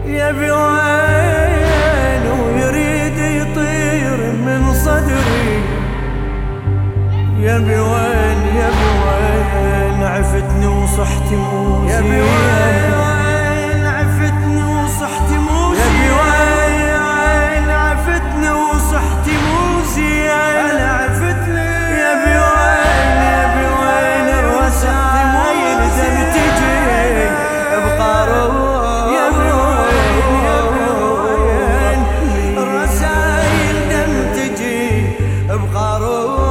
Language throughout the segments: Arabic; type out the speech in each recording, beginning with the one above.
يبي وين ويريد يطير من صدري. يبي وين يبي وين عفتني وصحت موسي. يبي وين عفتني وصحت موسي. يبي وين عفتني وصحت موسي. انا عفتني. يبي وين الرسايل دم تجي بقارون. يبي وين الرسايل دم تجي بقارون.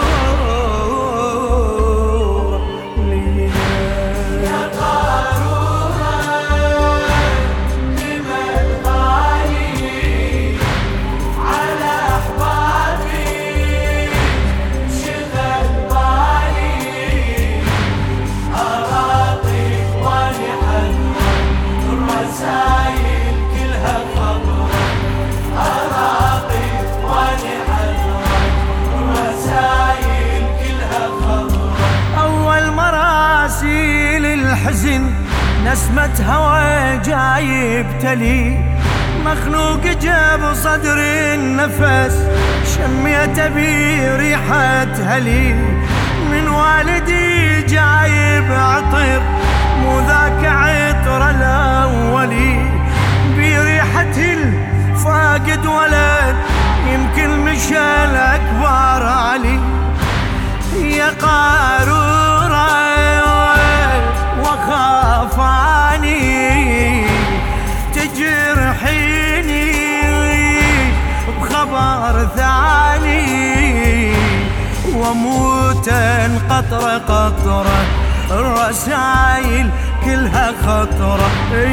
الحزن نسمة هوى جايب تلي. مخنوق جاب صدر النفس شميت بريحة هلي. من والدي جايب عطر مو ذاك عطر الأولي. بريحة الفاقد ولد يمكن مشى الأكبر علي. يا قارورة وخافاني تجرحيني بخبر ثاني. وموتا قطرة قطرة الرسايل كلها خطرة.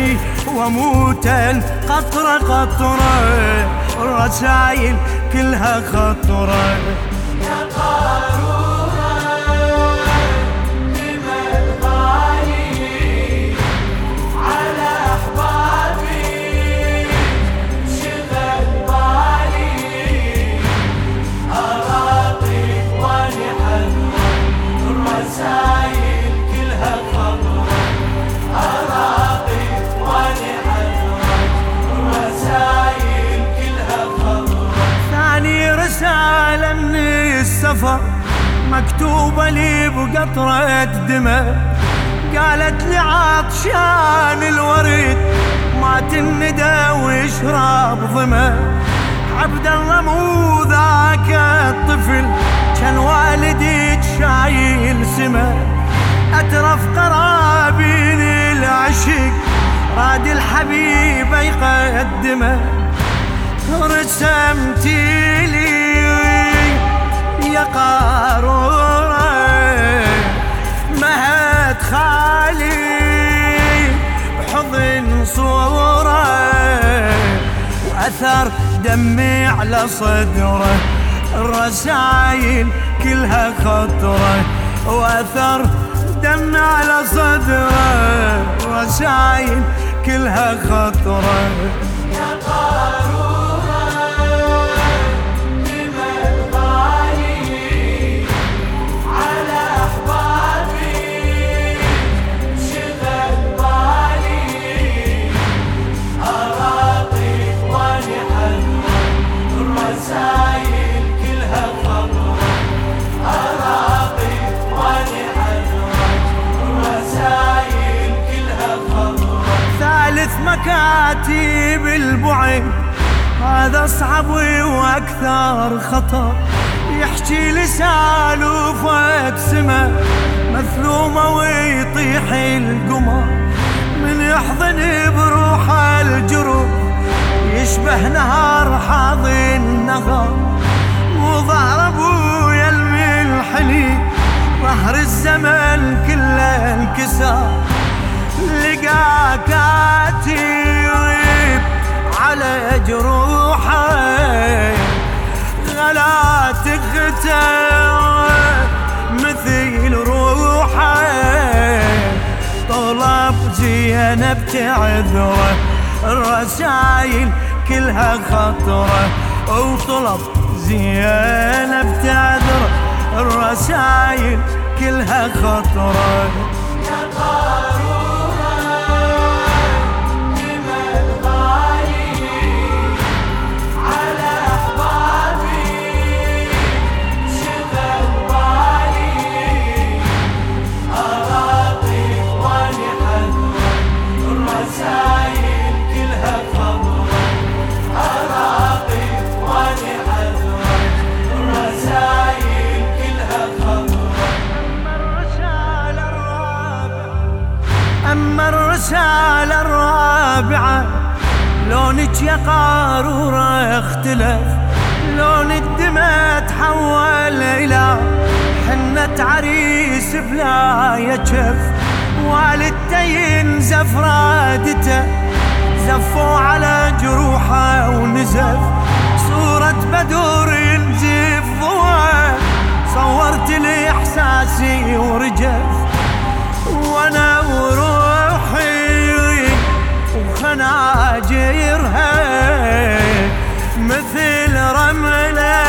وموتا قطرة قطرة الرسايل كلها خطرة. يا قارورة السفر مكتوبة لي بقطرة دمى. قالت لي عطشان الورد مات الندى ويشرب ظما. عبد الله مو ذاك الطفل كان والدي شايل سما. أترف قرابين العشق راد الحبيب يقدمه. رسمتي لي يا قارورة مهد خالي بحضن صورة. وأثر دمي على صدره الرسايل كلها خطرة. وأثر دمي على صدره الرسايل كلها خطرة. يا قارورة مكاتب البعد هذا صعب واكثر خطر. يحكي لسانه فوق سما مثلومه ويطيح القمر. من يحضن بروح الجروح يشبه نهار حاضن نهر. وظهر ابويا الملحني ظهر الزمن كله انكسر. لقى كاتب على جروحه غلا تختار مثل روحه. طلب زينب تعذره الرسايل كلها خطره. وطلب زينب تعذره الرسايل كلها خطره. يا قارورة بمن لونك يا قارورة اختلف، لون الدمى تحول إلى حنة عريس بلا يجف، والدته ينزف رادته زفوا على جروحه ونزف، صورة بدور ينزف ضوى صورت لي إحساسي ورجف، وانا وروحي وخناجرها مثل رملة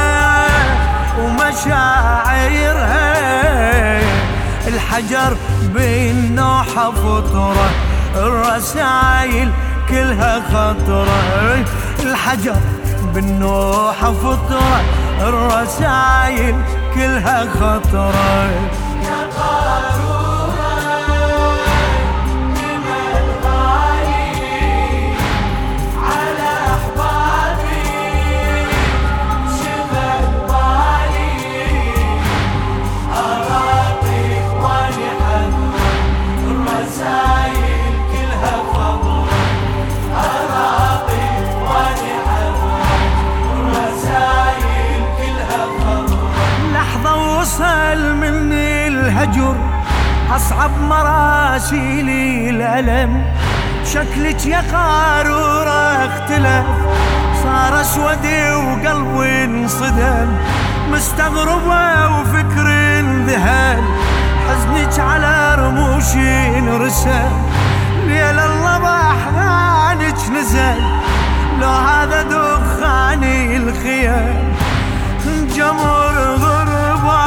ومشاعرها، الحجر بالنوحة فطرة الرسايل كلها خطرة، الحجر بالنوحة فطرة الرسايل كلها خطرة. يا قارورة لمن غالي على أحبابي شغل بالي، أراضي واني حذرة الرسايل كلها خضرة، أراضي واني حذرة الرسايل كلها خضرة. لحظة وصل مني الهجر أصعب مراسيلي الألم، شكلك يا قارورة اختلف صار أسودي وقلبي انصدم، مستغربة وفكري انذهل حزنك على رموشي انرسم، ليل الله بأحضانك نزل لو هذا دخاني الخيام، جمر غربة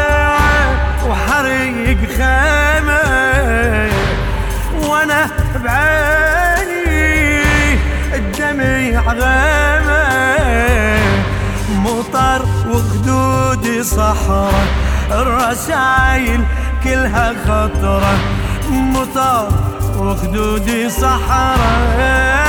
وحريق خيمة وانا بعيني الدمع غيمة، مطر وخدودي صحرا الرسايل كلها خطرة، مطر وخدودي صحرا.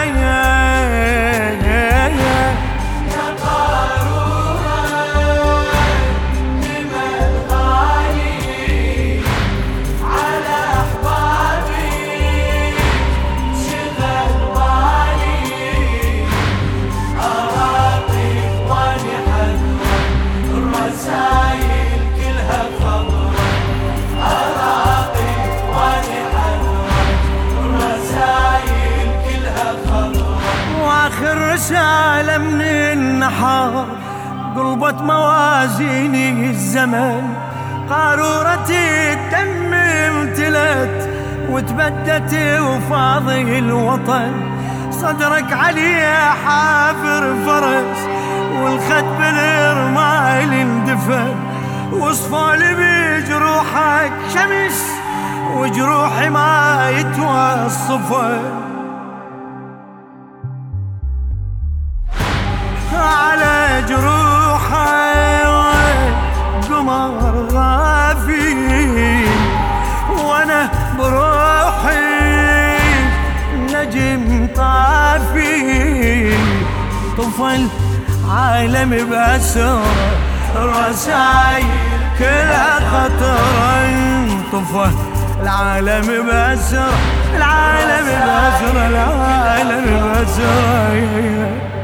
رسالة من النحار قلبت موازيني الزمن، قارورتي الدم امتلت وتبدت وفاضي الوطن، صدرك عليه حافر فرس والخد بالرمايل اندفن، وصفولي بجروحك شمس وجروحي ما يتوصفن، على جروحي قمر غافي وانا بروحي نجم طافي، طفل عالم بأسر الرسايل كلها خطر، طفل العالم بأسر العالم بأسر العالم بأسر.